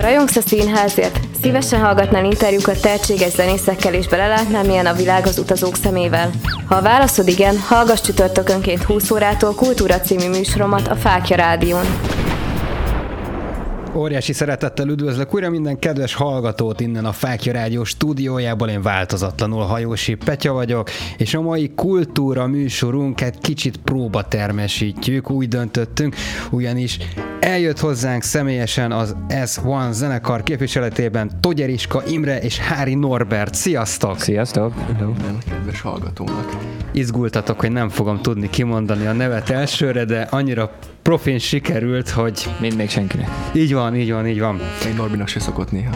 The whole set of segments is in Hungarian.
Rajongsz a színházért? Szívesen hallgatnál interjúkat tehetséges zenészekkel és belelátnál, milyen a világ az utazók szemével? Ha a válaszod igen, hallgass csütörtökönként 20 órától Kultúra című műsoromat a Fáklya Rádión. Óriási szeretettel üdvözlök újra minden kedves hallgatót innen a Fáklya Rádió stúdiójából. Én változatlanul Hajósi Petya vagyok, és a mai kultúra műsorunk egy kicsit próbatermesítjük, úgy döntöttünk, ugyanis eljött hozzánk személyesen az S1 zenekar képviseletében Togyeriska Imre és Hári Norbert. Sziasztok! Sziasztok! Minden kedves hallgatónak. Izgultatok, hogy nem fogom tudni kimondani a nevet elsőre, de annyira profin sikerült, hogy... Mind még senkinek. Így van. Én Norbinak se szokott néha.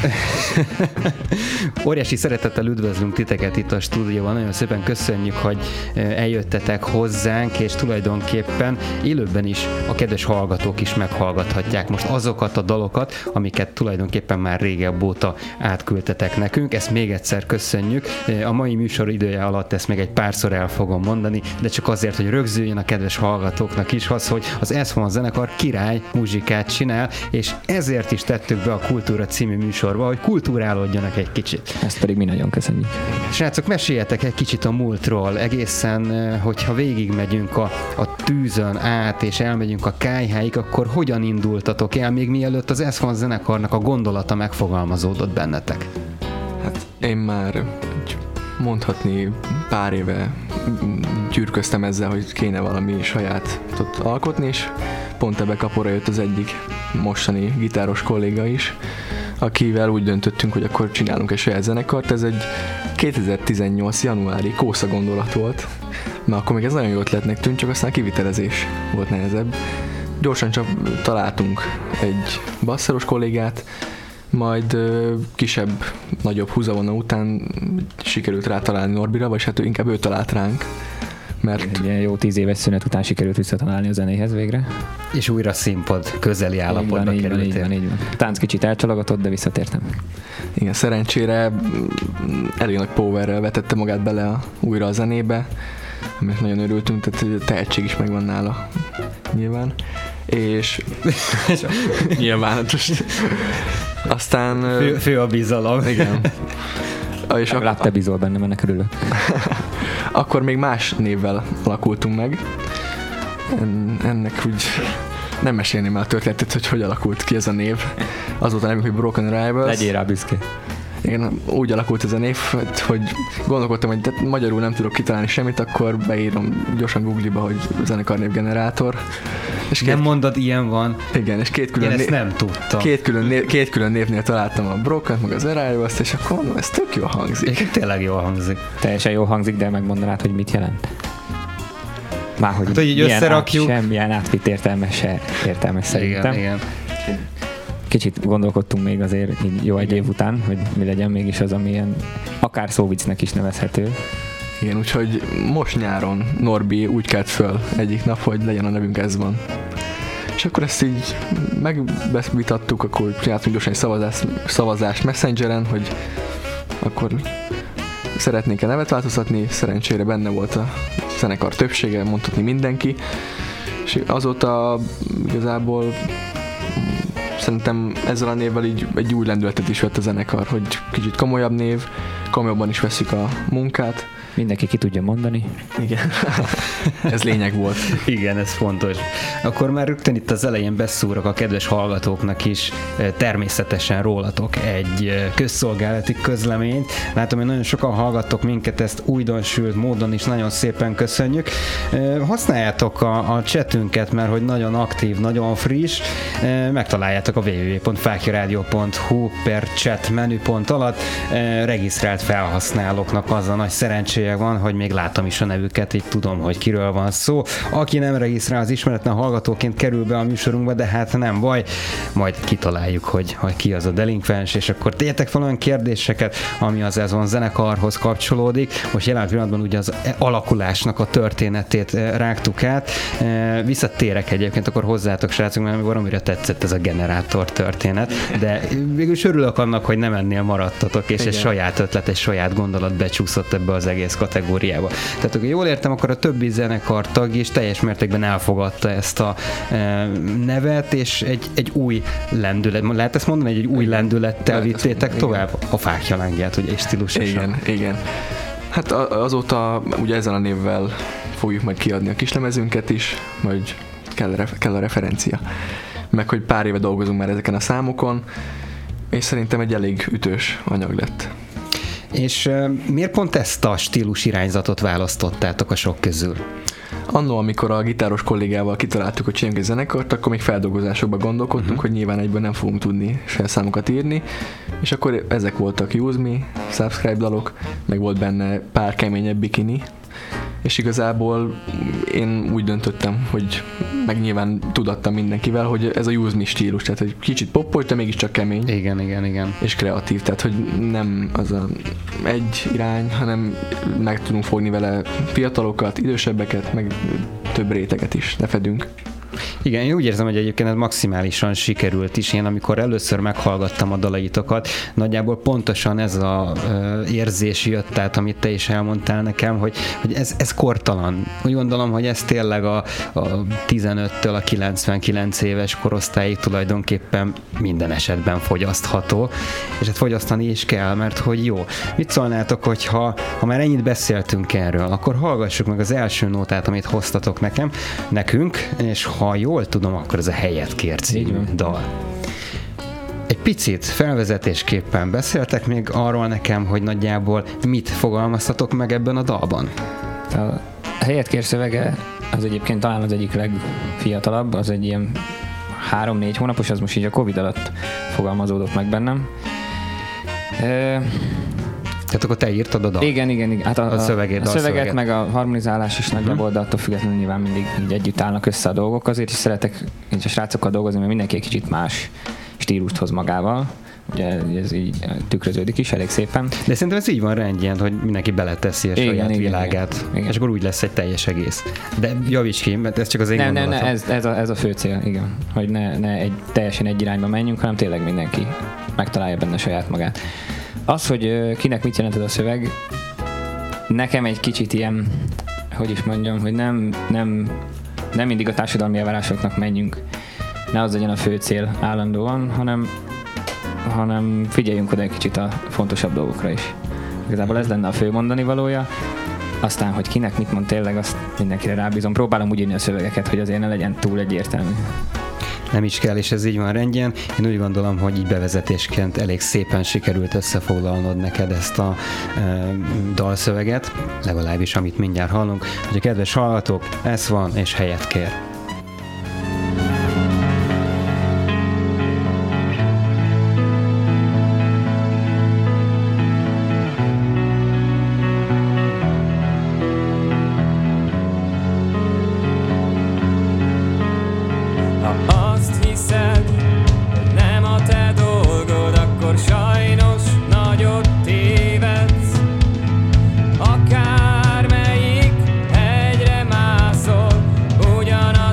Óriási szeretettel üdvözlünk titeket itt a stúdióban. Nagyon szépen köszönjük, hogy eljöttetek hozzánk, és tulajdonképpen élőben is a kedves hallgatók is meghallgathatják most azokat a dalokat, amiket tulajdonképpen már régebb óta átküldtetek nekünk. Ezt még egyszer köszönjük. A mai műsor idője alatt ezt még egy párszor el fogom mondani, de csak azért, hogy rögzüljön a kedves hallgatóknak is az, hogy az S1 zenekar király muzsikát csinál, és ezért is tettük be a Kultúra című műsorba, hogy kulturálódjanak egy kicsit. Ezt pedig mi nagyon köszönjük. Srácok, meséljetek egy kicsit a múltról, egészen, hogyha végigmegyünk a tűzön át, és elmegyünk a kályháig, akkor hogyan indultatok el, még mielőtt az S1 zenekarnak a gondolata megfogalmazódott bennetek? Hát én már mondhatni pár éve gyűrköztem ezzel, hogy kéne valami sajátot alkotni, és pont ebbe kapóra jött az egyik mostani gitáros kolléga is, akivel úgy döntöttünk, hogy akkor csinálunk egy saját zenekart. Ez egy 2018. januári kósza gondolat volt, mert akkor még ez nagyon jó ötletnek tűnt, csak aztán a kivitelezés volt nehezebb. Gyorsan csak találtunk egy basszeros kollégát, majd kisebb, nagyobb húzavona után sikerült rátalálni Norbira, vagy hát inkább ő talált ránk. Mert egy ilyen jó 10 éves szünet után sikerült visszatalálni a zenéhez végre. És újra színpad közeli állapotba kerültél. Így van. A tánc kicsit elcsalogatott, de visszatértem. Igen, szerencsére elég nagy powerrel vetette magát bele újra a zenébe, amit nagyon örültünk, tehát tehetség is megvan nála nyilván. És nyilván aztán... Fő a bizalom. Igen. És Legalább te bízol bennem, ennek örülök. Akkor még más névvel alakultunk meg. Ennek úgy nem mesélném el a történetet, hogy alakult ki ez a név. Az volt a nevünk, hogy Broken Rivals. Legyél rá büszke. Igen, úgy alakult ez a név, hogy gondolkodtam, hogy magyarul nem tudok kitalálni semmit, akkor beírom gyorsan Google-ba, hogy zenekarnévgenerátor. És nem mondod, ilyen van. Igen, és két külön névnél találtam a Broken, meg az Rivals, és akkor mondom, ez tök jól hangzik. És tényleg jól hangzik. Teljesen jól hangzik, de megmondanád, hogy mit jelent? Márhogy hát, hogy összerakjuk. Semmilyen átvitt értelmes szerintem. Igen. Kicsit gondolkodtunk még azért jó egy év után, hogy mi legyen mégis az, amilyen akár szóviccnek is nevezhető. Igen, úgyhogy most nyáron Norbi úgy kelt föl egyik nap, hogy legyen a nevünk S1. És akkor ezt így megvitattuk, akkor csináltunk gyorsan egy szavazást Messengeren, hogy akkor szeretnénk-e nevet változtatni, szerencsére benne volt a zenekar többsége, mondhatni mindenki, és azóta igazából szerintem ezzel a névvel így egy új lendületet is vett a zenekar, hogy kicsit komolyabb név, komolyabban is veszik a munkát. Mindenki ki tudja mondani. Igen, ez lényeg volt. Igen, ez fontos. Akkor már rögtön itt az elején beszúrok a kedves hallgatóknak is természetesen rólatok egy közszolgálati közleményt. Látom, hogy nagyon sokan hallgattok minket, ezt újdonsült módon is nagyon szépen köszönjük. Használjátok a chatünket, mert hogy nagyon aktív, nagyon friss. Megtaláljátok a www.faklaradio.hu/chat menüpont alatt. Regisztrált felhasználóknak az a nagy szerencsé van, hogy még látom is a nevüket, így tudom, hogy kiről van szó. Aki nem regisztrál, az ismeretlen hallgatóként kerül be a műsorunkba, de hát nem baj, majd kitaláljuk, hogy ki az a delinkvens, és akkor tegyetek fel olyan kérdéseket, ami az S1 zenekarhoz kapcsolódik. Most jelen pillanatban ugye az alakulásnak a történetét rágtuk át. Visszatérek egyébként akkor hozzátok, srácok, mert valamire tetszett ez a generátor történet, de végül is örülök annak, hogy nem ennél maradtatok, és egy saját ötlet, egy saját gondolat becsúszott ebbe az egész egész kategóriába. Tehát, hogy jól értem, akkor a többi zenekar tag is teljes mértékben elfogadta ezt a nevet, és egy új lendület, lehet ezt mondani, egy új lendülettel vittétek tovább a Fáklya lángját, ugye, és stílusosan. Igen. Hát azóta ugye ezzel a névvel fogjuk majd kiadni a kislemezünket is, majd kell a referencia. Meg hogy pár éve dolgozunk már ezeken a számokon, és szerintem egy elég ütős anyag lett. És miért pont ezt a stílus irányzatot választottátok a sok közül? Annó, amikor a gitáros kollégával kitaláltuk, hogy csináljunk egy zenekart, akkor még feldolgozásokban gondolkodtunk, hogy nyilván egyből nem fogunk tudni saját számokat írni, és akkor ezek voltak Use Me, Subscribe dalok, meg volt benne pár keményebb bikini, és igazából én úgy döntöttem, hogy meg nyilván tudattam mindenkivel, hogy ez a Use Me stílus, tehát egy kicsit poppos, de mégiscsak kemény. Igen. És kreatív, tehát hogy nem az a egy irány, hanem meg tudunk fogni vele fiatalokat, idősebbeket, meg több réteget is lefedünk. Igen, én úgy érzem, hogy egyébként ez maximálisan sikerült is. Én amikor először meghallgattam a dalaitokat, nagyjából pontosan ez az érzés jött át, amit te is elmondtál nekem, hogy ez kortalan. Úgy gondolom, hogy ez tényleg a 15-től a 99 éves korosztályig tulajdonképpen minden esetben fogyasztható, és hát fogyasztani is kell, mert hogy jó. Mit szólnátok, hogyha már ennyit beszéltünk erről, akkor hallgassuk meg az első nótát, amit hoztatok nekünk, és ha jól tudom, akkor ez a Helyet kér című dal. Egy picit felvezetésképpen beszéltek még arról nekem, hogy nagyjából mit fogalmaztatok meg ebben a dalban? A Helyet kér szövege az egyébként talán az egyik legfiatalabb, az egy ilyen 3-4 hónapos, az most így a Covid alatt fogalmazódott meg bennem. Tehát akkor te írtad a dal? Igen. Hát a szöveget, meg a harmonizálás is nagyjából, de attól függetlenül nyilván mindig így együtt állnak össze a dolgok. Azért is szeretek én a srácokkal dolgozni, mert mindenki egy kicsit más stílust hoz magával. Ugye ez így tükröződik is elég szépen. De szerintem ez így van rendjén, hogy mindenki beleteszi a saját világát, igen. És akkor úgy lesz egy teljes egész. De javíts ki, mert ez csak az én gondolatom. Ez a fő cél, igen. Hogy ne teljesen egy irányba menjünk, hanem tényleg mindenki megtalálja benne saját magát. Az, hogy kinek mit jelent ez a szöveg, nekem egy kicsit ilyen, hogy is mondjam, hogy nem mindig a társadalmi elvárásoknak menjünk. Ne az legyen a fő cél állandóan, hanem figyeljünk oda egy kicsit a fontosabb dolgokra is. Igazából ez lenne a fő mondani valója. Aztán, hogy kinek mit mond tényleg, azt mindenkire rábízom. Próbálom úgy írni a szövegeket, hogy azért ne legyen túl egyértelmű. Nem is kell, és ez így van rendjén. Én úgy gondolom, hogy így bevezetésként elég szépen sikerült összefoglalnod neked ezt a dalszöveget, legalábbis amit mindjárt hallunk, hogy a kedves hallgatók, ez van, és Helyet kér. Akármelyik hegyre mászol, ugyanaz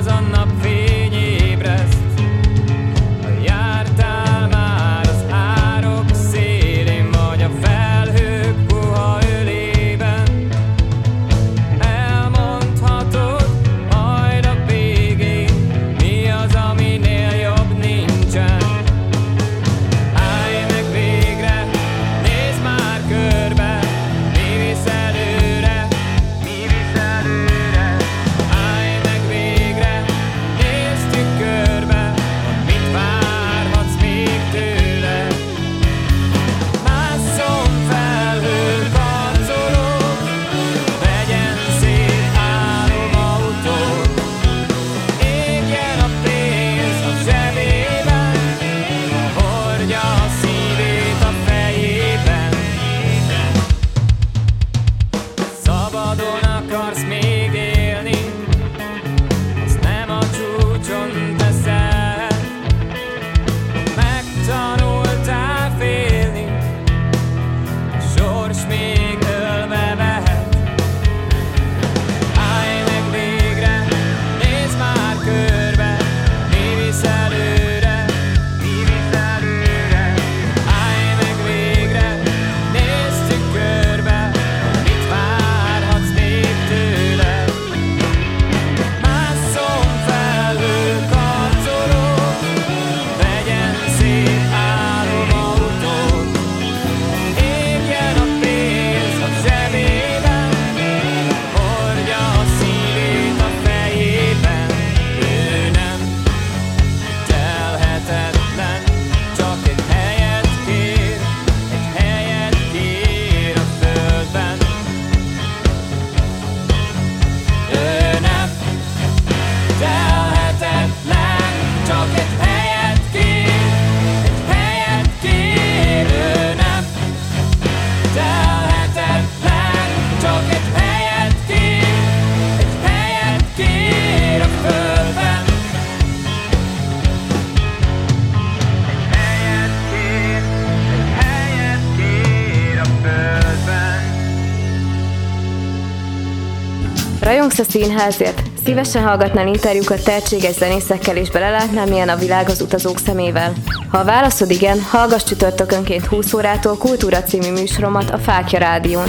Rajongsz a színházért? Szívesen hallgatnál interjúkat tehetséges zenészekkel és belelátnál, milyen a világ az utazók szemével? Ha a válaszod igen, hallgass csütörtökönként 20 órától Kultúra című műsoromat a Fáklya Rádión.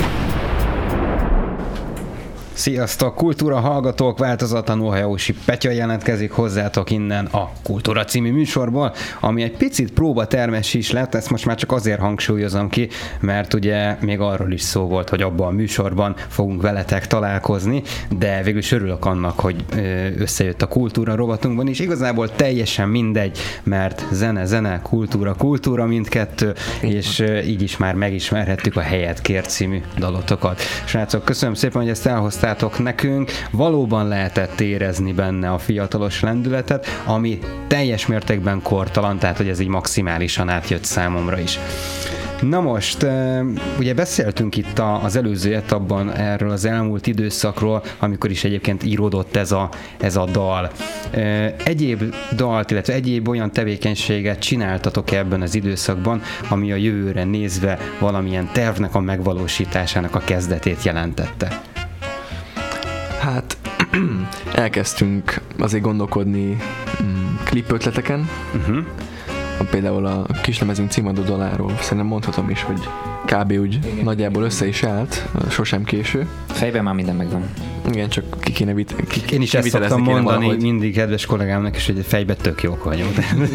Sziasztok, Kultúra hallgatók, változatlanul Hajósi Petya jelentkezik hozzátok innen a Kultúra című műsorból, ami egy picit próbatermes is lett, ezt most már csak azért hangsúlyozom ki, mert ugye még arról is szó volt, hogy abban a műsorban fogunk veletek találkozni, de végül is örülök annak, hogy összejött a Kultúra rovatunkban is. Igazából teljesen mindegy, mert zene, kultúra mindkettő, és így is már megismerhettük a Helyet kér című dalotokat. Srácok, köszönöm szépen, hogy ezt elhoztátok nekünk. Valóban lehetett érezni benne a fiatalos lendületet, ami teljes mértékben kortalan, tehát hogy ez így maximálisan átjött számomra is. Na most, ugye beszéltünk itt az előző etapban erről az elmúlt időszakról, amikor is egyébként íródott ez a dal. Egyéb dalt, illetve egyéb olyan tevékenységet csináltatok ebben az időszakban, ami a jövőre nézve valamilyen tervnek a megvalósításának a kezdetét jelentette? Hát elkezdtünk azért gondolkodni klipötleteken. Például a kislemezünk címadó daláról szerintem mondhatom is, hogy kb. Úgy nagyjából össze is állt, sosem késő. Fejben már minden megvan. Igen, csak ki kéne Én is ezt szoktam mondani mindig kedves kollégámnak is, hogy fejben tök jók vagyunk.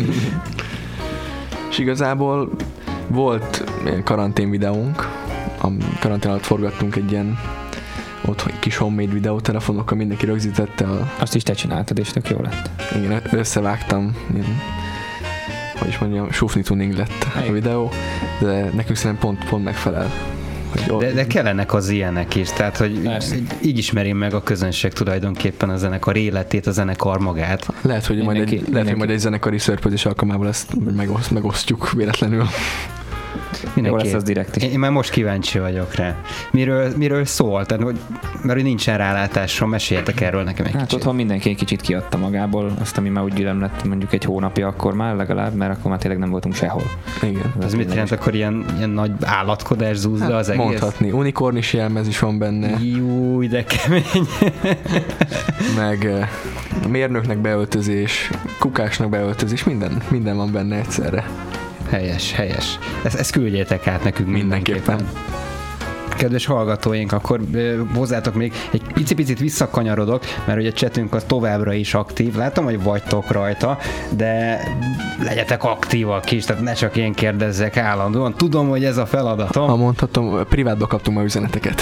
És igazából volt ilyen karantén videónk, a karantén alatt forgattunk egy ilyen otthon kis homemade videótelefonokkal, mindenki rögzítette. Azt is te csináltad, és tök jó lett. Igen, összevágtam. Hogy is mondjam, sufni tuning lett a videó, de nekünk szerintem pont megfelel. De kellenek az ilyenek is, tehát hogy így ismeri meg a közönség tulajdonképpen a zenekar életét, a zenekar magát. Lehet, hogy majd egy zenekari szörpözés alkalmával ezt megosztjuk véletlenül. Jó lesz az direkt is. Én már most kíváncsi vagyok rá. Miről szól? Tehát, mert nincsen rálátásom, meséljetek erről nekem egy kicsit. Otthon mindenki egy kicsit kiadta magából azt, ami már úgy gyűlöm lett mondjuk egy hónapja akkor már legalább, mert akkor már tényleg nem voltunk sehol. Igen. Ez mit jelent, akkor ilyen nagy állatkodás zúzza az egész? Mondhatni. Unikornis jelmez is van benne. Júj, de kemény. Meg mérnöknek beöltözés, kukásnak beöltözés, minden van benne egyszerre. Helyes. Ezt küldjétek át nekünk mindenképpen. Kedves hallgatóink, akkor hozzátok még egy picit visszakanyarodok, mert ugye a chatünk az továbbra is aktív. Látom, hogy vagytok rajta, de legyetek aktívak is, tehát ne csak én kérdezzek állandóan. Tudom, hogy ez a feladatom. Ha mondhatom, privátba kaptunk már üzeneteket.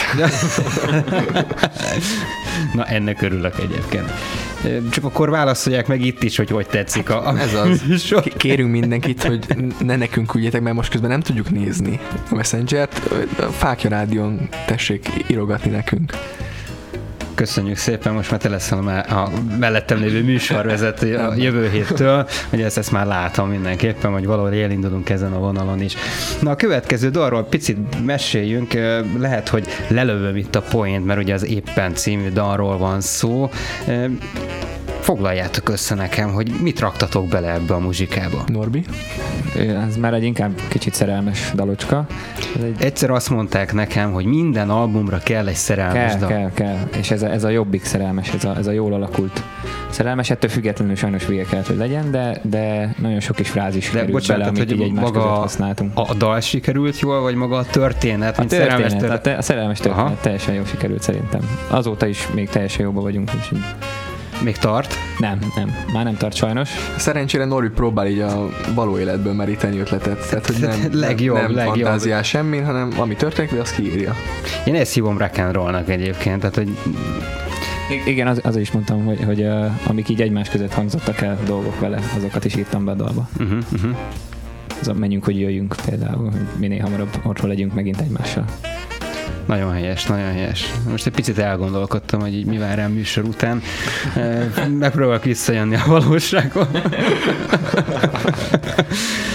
Na, ennek örülök egyébként. Csak akkor válaszolják meg itt is, hogy tetszik ez az. Kérünk mindenkit, hogy ne nekünk küldjétek, mert most közben nem tudjuk nézni a Messengert. A Fáklya Rádión tessék írogatni nekünk. Köszönjük szépen, most már te leszel a mellettem lévő műsorvezető a jövő héttől, hogy ezt már látom mindenképpen, hogy valahogy elindulunk ezen a vonalon is. Na, a következő dalról picit meséljünk, lehet, hogy lelövöm itt a point, mert ugye az Éppen című dalról van szó. Foglaljátok össze nekem, hogy mit raktatok bele ebbe a muzsikába. Norbi? Ez már egy inkább kicsit szerelmes dalocska. Egyszer azt mondták nekem, hogy minden albumra kell egy szerelmes dal. Kell. És ez a jobbik szerelmes, ez a jól alakult szerelmes, ettől függetlenül sajnos vége kellett, hogy legyen, de nagyon sok is frázis került bele, amit így egymás között használtunk. A dal sikerült jól, vagy maga a történet? A szerelmes történet teljesen jól sikerült szerintem. Azóta is még teljesen jóban vagyunk. Úgyhogy. Még tart? Nem. Már nem tart sajnos. Szerencsére Norbi próbál így a való életből meríteni ötletet. Tehát, hogy nem fantáziál semmin, hanem ami történik, de azt kiírja. Én ezt hívom rock and rollnak egyébként. Tehát, hogy... Igen, azért is mondtam, hogy amik így egymás között hangzottak el dolgok vele, azokat is írtam be a dalba. Menjünk, hogy jöjjünk például, hogy minél hamarabb otthon legyünk megint egymással. Nagyon helyes. Most egy picit elgondolkodtam, hogy így mi vár rám műsor után. Megpróbálok visszajönni a valóságba.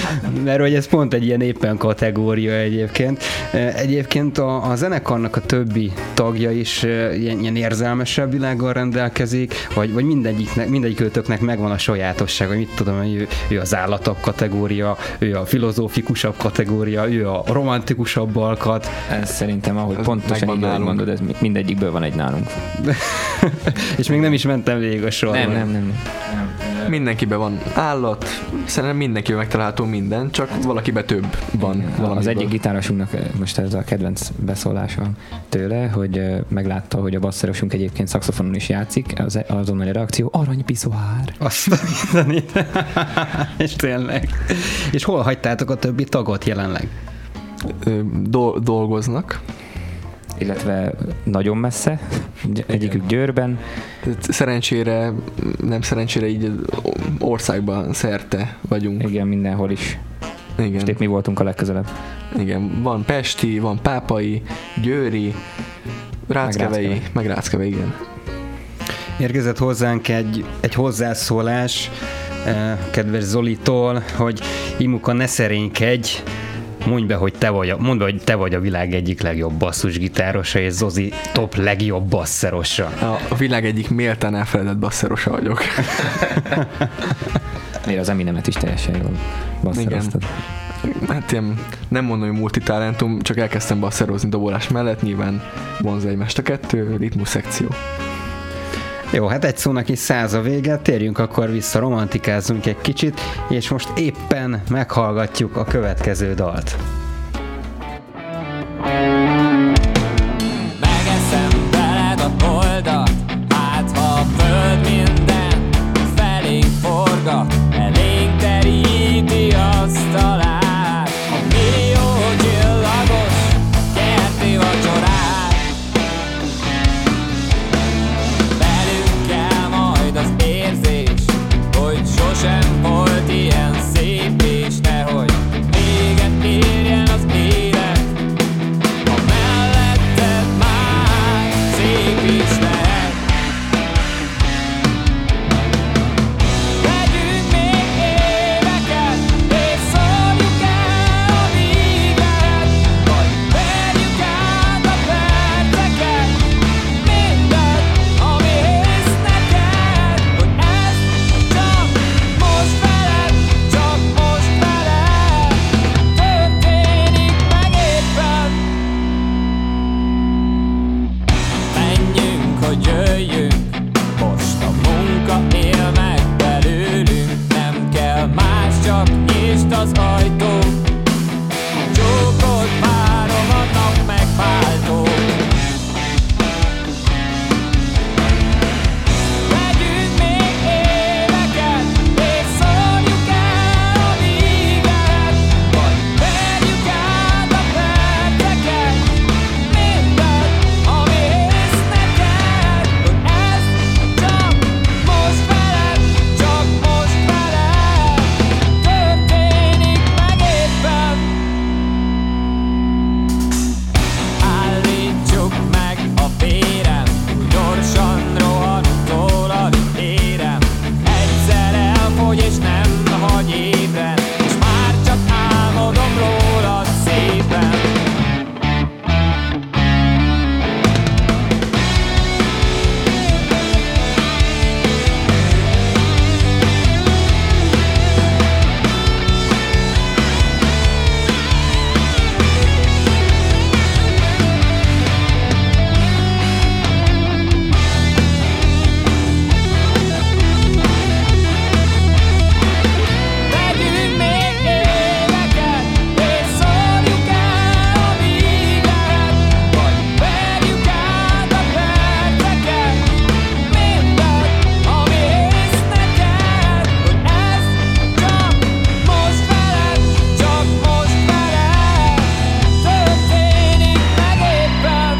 Mert hogy ez pont egy ilyen éppen kategória egyébként. Egyébként a zenekarnak a többi tagja is ilyen érzelmesebb világgal rendelkezik, vagy mindegyikőtöknek megvan a sajátosság, vagy mit tudom, ő az állatabb kategória, ő a filozófikusabb kategória, ő a romantikusabb alkat. Ez szerintem, ahogy ez pontosan így mondod, ez mindegyikből van egy nálunk. És még nem is mentem végig a sorban. Nem. Mindenkiben van állat, szerintem mindenkiben megtalálható minden, csak valakiben több van. Az egyik gitárosunknak most ez a kedvenc beszólása tőle, hogy meglátta, hogy a basszerosunk egyébként szaxofonon is játszik, azonnali reakció, aranypiszoár. Azt mindenit. És tényleg. És hol hagytátok a többi tagot jelenleg? Dolgoznak. Illetve nagyon messze, egyikük Győrben. Szerencsére, nem szerencsére így országban szerte vagyunk. Igen, mindenhol is. Igen. És itt mi voltunk a legközelebb. Igen, van pesti, van pápai, győri, ráckevei, meg Ráckevei, igen. Érkezett hozzánk egy hozzászólás kedves Zolitól, hogy Imuka, ne szerénykedj, mondd be, hogy te vagy a világ egyik legjobb basszusgitárosa, és Zozi top legjobb basszerosa. A világ egyik méltán elfeledett basszerosa vagyok. Miért az Eminemet is teljesen jól basszeroztad. Hát ilyen, nem mondom, hogy multitalentum, csak elkezdtem basszerozni dobolás mellett, nyilván vonza egymást a kettő, ritmus szekció. Jó, hát egy szónak is 100 a vége, térjünk akkor vissza, romantikázzunk egy kicsit, és most éppen meghallgatjuk a következő dalt. Megeszem veled a boldat, hát ha a föld minden felénk forgat, elénk teríti asztalát, a millió csillagos kerti vacsorát. Az érzés, hogy sosem volt ilyen szép, és nehogy véget érjen az élet, ha melletted már szép is lehet. Vegyünk még éveket, és szórjuk el a víget, vagy verjük át a perceket, mindent, ami hisz neked. Jöjjünk, most a munka él meg belőlünk, nem kell más, csak nyisd az ajtót, csókot várom a nap megváltó. Vegyünk még éveket, és szórjuk el a víget, vagy verjük át a perceket, mindent, ami hisz neked, hogy ez csak most veled, történik meg éppen. Állítsuk meg a vérem, úgy gyorsan rohanunk tólad érem, egyszer elfogy és nem hagy ébren, és már csak álmodom rólad szépen. Vegyünk még éveket, és szórjuk el a víget, vagy verjük át a perceket, mindent, ami hisz neked, hogy ez csak most veled, történik meg éppen.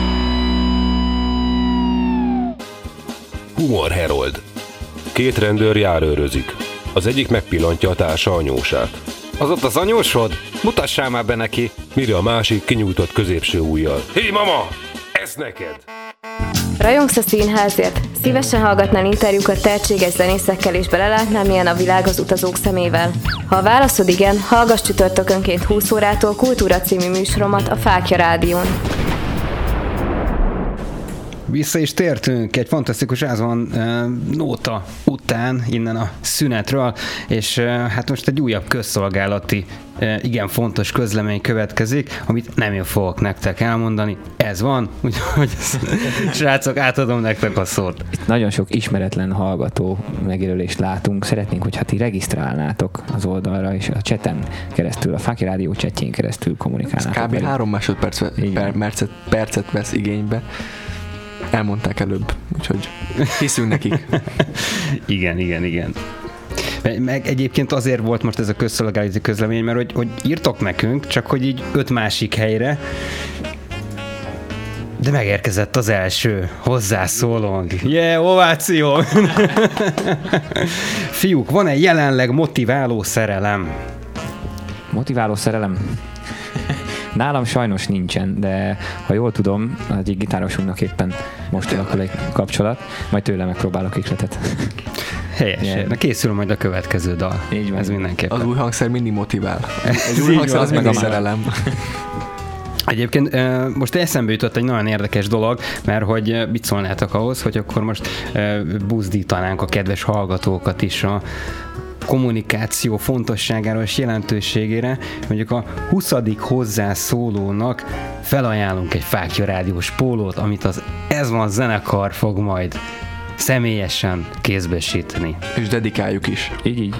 Humor Herold. Két rendőr járőrözik. Az egyik megpillantja a társa anyósát. Az ott az anyósod? Mutassál már be neki! Mire a másik kinyújtott középső ujjal. Hé mama! Ez neked! Rajongsz a színházért? Szívesen hallgatnál interjúkat tehetséges zenészekkel és belelátnál, milyen a világ az utazók szemével. Ha a válaszod igen, hallgass csütörtökönként 20 órától Kultúra című műsoromat a Fáklya Rádión. Vissza is tértünk egy fantasztikus Ázvan nóta után innen a szünetről, és hát most egy újabb közszolgálati, igen fontos közlemény következik, amit nem én fogok nektek elmondani. Ez van, úgyhogy srácok, átadom nektek a szót. Itt nagyon sok ismeretlen hallgató megjelölést látunk. Szeretnénk, hogyha ti regisztrálnátok az oldalra, és a chaten keresztül, a Fáklya Rádió chatjén keresztül kommunikálnátok. Ez kb. 3 másodpercet vesz igénybe. Elmondták előbb, úgyhogy hiszünk nekik. Igen. Meg egyébként azért volt most ez a közszolgálati közlemény, mert hogy írtok nekünk, csak hogy így 5 másik helyre, de megérkezett az első hozzászólónk. Ováció! Fiúk, van-e jelenleg motiváló szerelem? Motiváló szerelem? Nálam sajnos nincsen, de ha jól tudom, az egyik gitárosunknak éppen most alakul egy kapcsolat, majd tőle megpróbálok ihletet. Helyes. Na készül majd a következő dal. Így van. Ez mindenképpen. Az új hangszer mindig motivál. Egy új hangszer az mindig szerelem. Egyébként most eszembe jutott egy nagyon érdekes dolog, mert hogy mit szólnátok ahhoz, hogy akkor most buzdítanánk a kedves hallgatókat is a kommunikáció fontosságára és jelentőségére, mondjuk a 20. hozzászólónak felajánlunk egy Fáklya Rádiós pólót, amit az Ez van zenekar fog majd személyesen kézbesíteni. És dedikáljuk is. Így.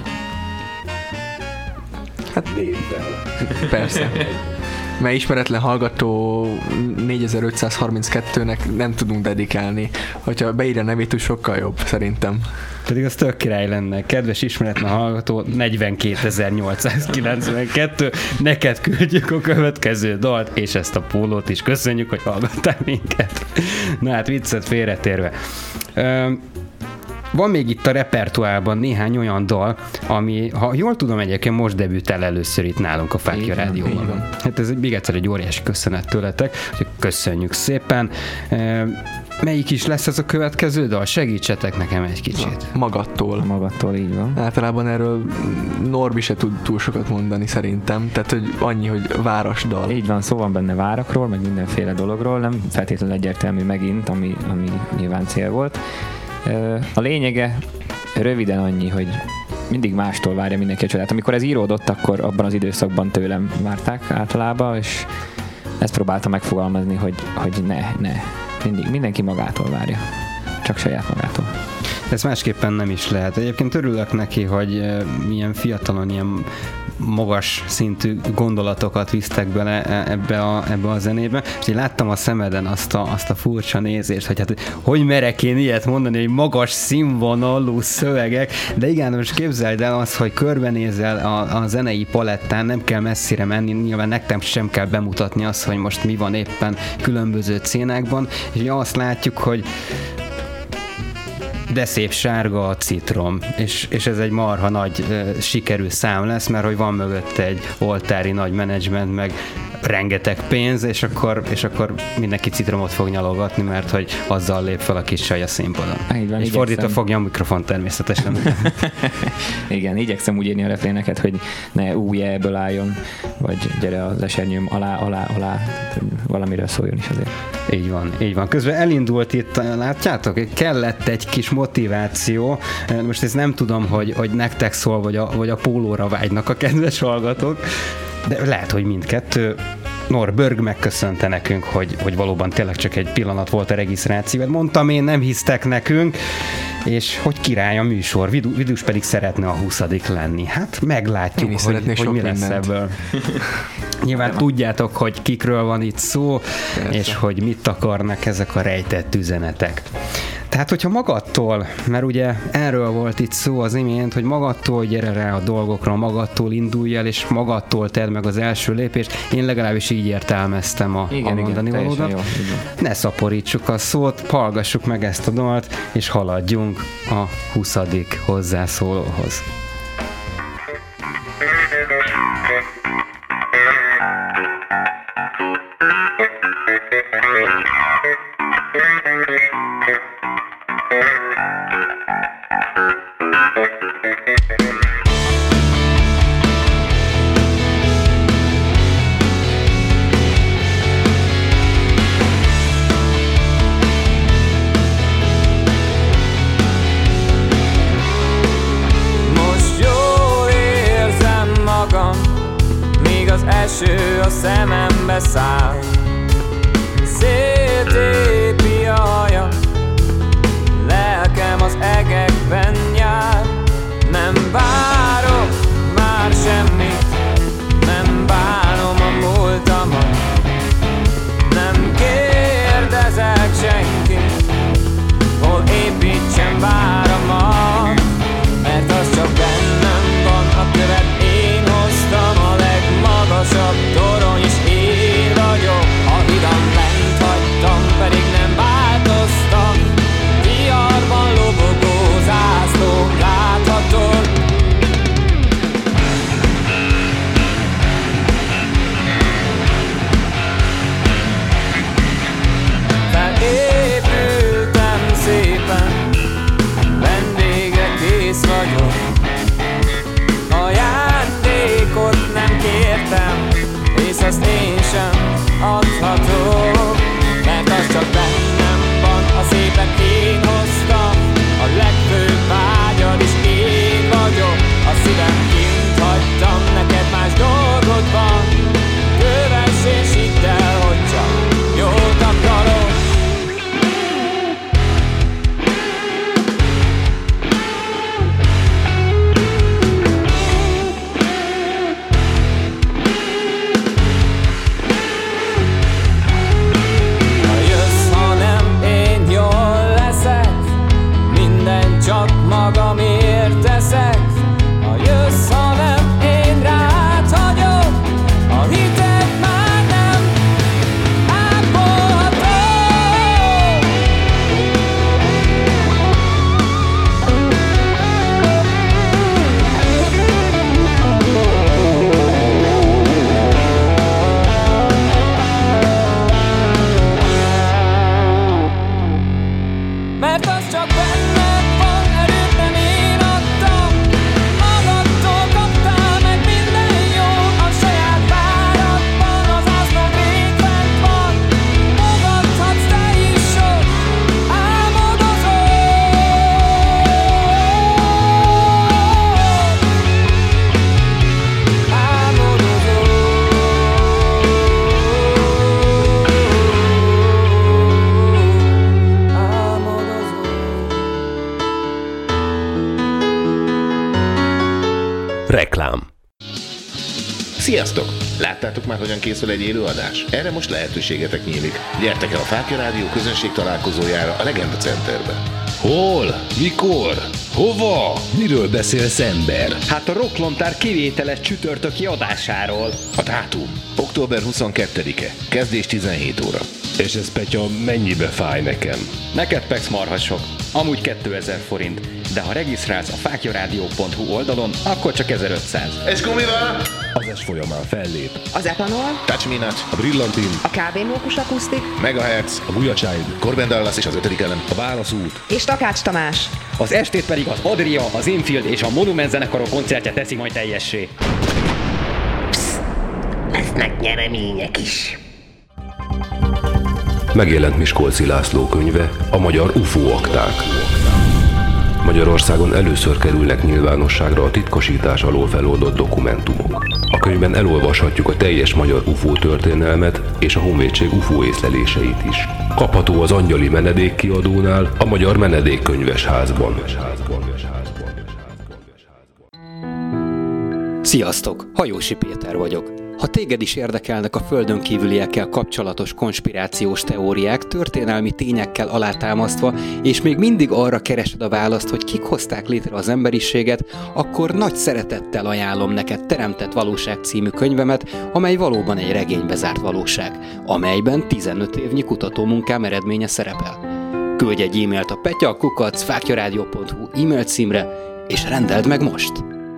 Hát persze. Mert ismeretlen hallgató 4532-nek nem tudunk dedikálni. Hogyha beírja nevét, úgy sokkal jobb, szerintem. Pedig az tök király lenne. Kedves ismeretlen hallgató, 42892, neked küldjük a következő dalt, és ezt a pólót is. Köszönjük, hogy hallgattál minket. Na hát viccet félretérve. Van még itt a repertoárban néhány olyan dal, ami, ha jól tudom, egyébként most debütál először itt nálunk a Fáklya Rádióban. Hát ez még egyszer egy óriási köszönet tőletek, hogy köszönjük szépen. Melyik is lesz ez a következő dal? Segítsetek nekem egy kicsit. Magadtól, így van. Általában erről Norbi se tud túl sokat mondani szerintem, tehát hogy annyi, hogy városdal. Így van, szó van benne várakról, meg mindenféle dologról, nem feltétlenül egyértelmű megint, ami nyilván cél volt. A lényege röviden annyi, hogy mindig mástól várja mindenki a csodát. Amikor ez íródott, akkor abban az időszakban tőlem várták általában, és ezt próbáltam megfogalmazni, hogy ne. Mindenki magától várja. Csak saját magától. Ez másképpen nem is lehet. Egyébként örülök neki, hogy milyen fiatalon, ilyen magas szintű gondolatokat visztek bele ebbe a zenébe, és én láttam a szemeden azt a furcsa nézést, hogy hát hogy merek én ilyet mondani, hogy magas színvonalú szövegek, de igen, most képzeld el azt, hogy körbenézel a zenei palettán, nem kell messzire menni, nyilván nektek sem kell bemutatni azt, hogy most mi van éppen különböző szénákban, és azt látjuk, hogy de szép sárga a citrom, és ez egy marha nagy sikerű szám lesz, mert hogy van mögötte egy oltári nagy menedzsment, meg rengeteg pénz, és akkor mindenki citromot fog nyalogatni, mert hogy azzal lép fel a kis csaj a színpadon. Van, és fordítva fogja a mikrofon természetesen. Igen, igyekszem úgy írni a refréneket, hogy ne ebből álljon, vagy gyere az esernyőm alá, valamiről szóljon is azért. Így van. Közben elindult itt, látjátok, kellett egy kis motiváció. Most ezt nem tudom, hogy nektek szól, vagy a pólóra vágynak a kedves hallgatók, de lehet, hogy mindkettő. Norberg megköszönte nekünk, hogy valóban tényleg csak egy pillanat volt a regisztráció. Mondtam én, nem hisztek nekünk, és hogy király a műsor, Vidus pedig szeretne a 20. lenni. Hát meglátjuk, hogy mi lesz ebből. Nyilván tudjátok, hogy kikről van itt szó, persze, és hogy mit akarnak ezek a rejtett üzenetek. Tehát, hogyha magadtól, mert ugye erről volt itt szó az imént, hogy magadtól gyere rá a dolgokra, magadtól indulj el, és magadtól tedd meg az első lépést. Én legalábbis így értelmeztem a mondani valódat. Ne szaporítsuk a szót, hallgassuk meg ezt a dalt, és haladjunk a 20. hozzászólóhoz. az eső a szemembe száll, szél tépi a hajam, lelkem az egekben jár. Nem várok már semmit, nem bánom a múltamat, nem kérdezek senkit, hol építsem váramat, mert az csak bennem van, a követ én hoztam, a legmagasabb torony is én vagyok. A hidam lent hagytam, pedig nem változtam, viharban lobogó zászlók láthatod. Felépültem szépen, vendégre kész vagyok, ajándékot nem kértem, és azt én sem adhatok, mert az csak bennem van, a szépet én hoztam, a legfőbb vágyad is én vagyok. A szívem kint hagytam, neked más dolgod van, kövess és hidd el, hogy csak jót akarok. Magamért teszek, ha jössz, ha nem, én rád hagyok, a hitet már nem ápolhatom. Mert az csak bennem van, erőt nem én adtam, magadtól kaptál meg minden jó, a saját váradban az ászlód rég fent van, fogadhatsz te is sok álmodozó. Reklám. Sziasztok! Láttátok már, hogyan készül egy élőadás? Erre most lehetőségetek nyílik. Gyertek el a Fáklya Rádió közönség találkozójára a Legenda Centerbe. Hol? Mikor? Hova? Miről beszélsz, ember? Hát a Rocklontár kivételes csütörtöki adásáról. A dátum október 22-e, kezdés 17 óra. És ez, Petya, mennyibe fáj nekem? Neked pex marhasok. Amúgy 2000 forint. De ha regisztrálsz a fáklyaradio.hu oldalon, akkor csak 1500. És gumival? Az es folyamán fellép. Az Etanol, Touch Me Not, A Brillantin, a Kávénókus Akusztik, Megahertz, a Buja Child, Corbin Dallas és az 5. elem, a Válaszút, és Takács Tamás. Az estét pedig az Adria, az Infield és a Monument zenekarok koncertje teszi majd teljessé. Lesznek nyeremények is. Megjelent Miskolci László könyve, a magyar UFO akták. Magyarországon először kerülnek nyilvánosságra a titkosítás alól feloldott dokumentumok. A könyvben elolvashatjuk a teljes magyar UFO történelmet és a honvédség UFO észleléseit is. Kapható az Angyali Menedék kiadónál, a Magyar Menedékkönyvesházban. Sziasztok! Hajósi Péter vagyok. Ha téged is érdekelnek a földön kívüliekkel kapcsolatos konspirációs teóriák, történelmi tényekkel alátámasztva, és még mindig arra keresed a választ, hogy kik hozták létre az emberiséget, akkor nagy szeretettel ajánlom neked Teremtett Valóság című könyvemet, amely valóban egy regénybe zárt valóság, amelyben 15 évnyi kutatómunkám eredménye szerepel. Küldj egy e-mailt a petya@fáklyaradio.hu e-mail címre, és rendeld meg most!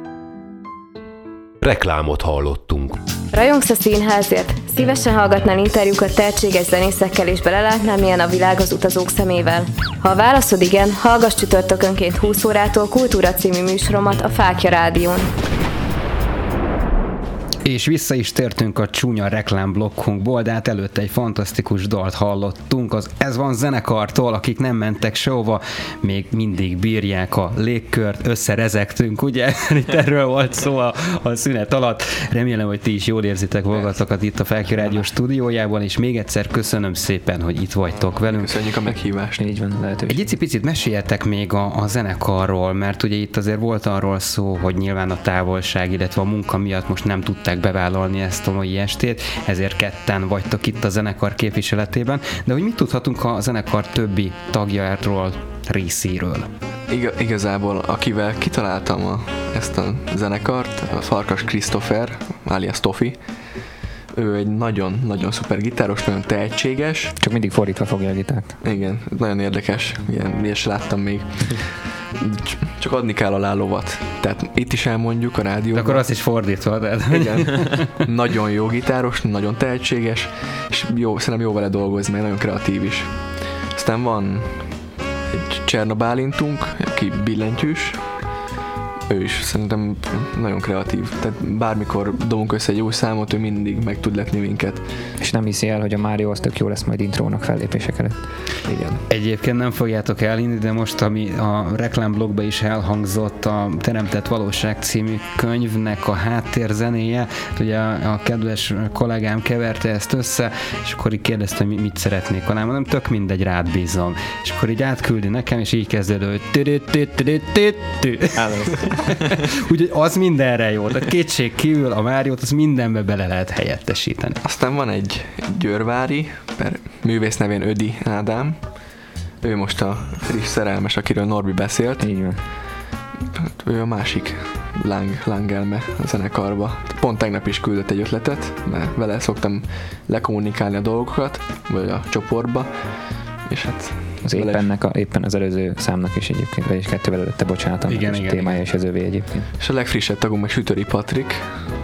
Reklámot hallottunk. Rajongsz a színházért? Szívesen hallgatnál interjúkat tehetséges zenészekkel és belelátnál, milyen a világ az utazók szemével? Ha a válaszod igen, hallgass csütörtökönként 20 órától Kultúra című műsoromat a Fáklya Rádión. És vissza is tértünk a csúnya reklámblokkunkból, de hát előtte egy fantasztikus dalt hallottunk az Ez van zenekartól, akik nem mentek sehova, még mindig bírják a légkört, összerezegtünk, ugye? Itt erről volt szó a szünet alatt. Remélem, hogy ti is jól érzitek magatokat itt a Fákja Rádió stúdiójában, és még egyszer köszönöm szépen, hogy itt vagytok velünk. Köszönjük a meghívást. Így van, lehetőség. Egy icipicit meséljetek még a zenekarról, mert ugye itt azért volt arról szó, hogy nyilván a távolság, illetve a munka miatt most nem tudták bevállalni ezt a mai estét, ezért ketten vagytok itt a zenekar képviseletében, de hogy mit tudhatunk a zenekar többi tagjáról, részéről? Igazából, akivel kitaláltam ezt a zenekart, a Farkas Christopher, alias Tofi, ő egy nagyon-nagyon szuper gitáros, nagyon tehetséges. Csak mindig fordítva fogja a gitárt. Igen, nagyon érdekes, ilyet sem láttam még. Csak adni kell alá lovat. Tehát itt is elmondjuk a rádióban. De akkor azt is fordítva, de... Igen. Nagyon jó gitáros, nagyon tehetséges, és szerintem jó vele dolgozni, mert nagyon kreatív is. Aztán van egy Csernobálintunk, aki billentyűs, ő is szerintem nagyon kreatív. Tehát bármikor dobunk össze egy új számot, ő mindig meg tud lepni minket. És nem hiszi el, hogy a Mário az tök jó lesz majd intrónak fellépések előtt. Igen. Egyébként nem fogjátok elhinni, de most, ami a reklámblogban is elhangzott, a Teremtett Valóság című könyvnek a háttérzenéje, ugye a kedves kollégám keverte ezt össze, és akkor így kérdeztem, mit szeretnék alá, mondom, tök mindegy, rád bízom. És akkor így átküldi nekem, és így kezdődő, hogy úgyhogy az mindenre jó. Tehát kétség kívül a Máriót az mindenbe bele lehet helyettesíteni. Aztán van egy győrvári, művész nevén Ödi Ádám. Ő most a friss szerelmes, akiről Norbi beszélt. Így van. Ő a másik lángelme a zenekarba. Pont tegnap is küldött egy ötletet, mert vele szoktam lekommunikálni a dolgokat, vagy a csoportba, és hát az éppen az előző számnak is egyébként, vagyis kettővel előtte, bocsánat, igen, a témája és az övé egyébként. És a legfrissebb tagunk meg Sütöri Patrik,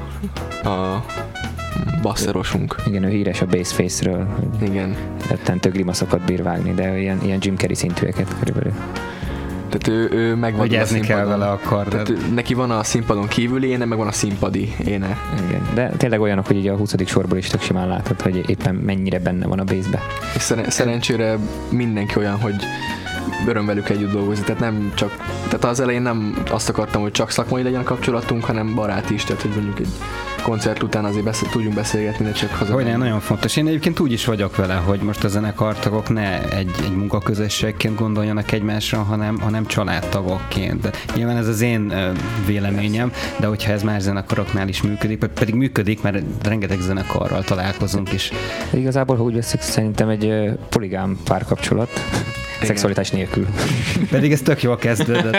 a basszerosunk. Igen, ő híres a Bassface-ről. Igen. Rettentő grimaszokat bír vágni, de ilyen Jim Carrey szintűeket körülbelül. Tehát ő megvan a színpadon. Kell vele akkor. Tehát neki van a színpadon kívüli éne, meg van a színpadi éne. Igen, de tényleg olyanok, hogy így a 20. sorból is tök simán látod, hogy éppen mennyire benne van a bassbe. És szerencsére mindenki olyan, hogy öröm velük együtt dolgozni, tehát az elején nem azt akartam, hogy csak szakmai legyen a kapcsolatunk, hanem barát is, tehát hogy mondjuk egy koncert után azért tudjunk beszélgetni, de csak haza. Hogyne, nagyon fontos. Én egyébként úgy is vagyok vele, hogy most a zenekartagok ne egy munkaközösségként gondoljanak egymásra, hanem családtagokként. De nyilván ez az én véleményem, de hogyha ez más zenekaroknál is működik, pedig működik, mert rengeteg zenekarral találkozunk is. Igazából, ha úgy veszük, szerintem egy poligám párkapcsolat, szexualitás nélkül. Pedig ez tök jól kezdődött.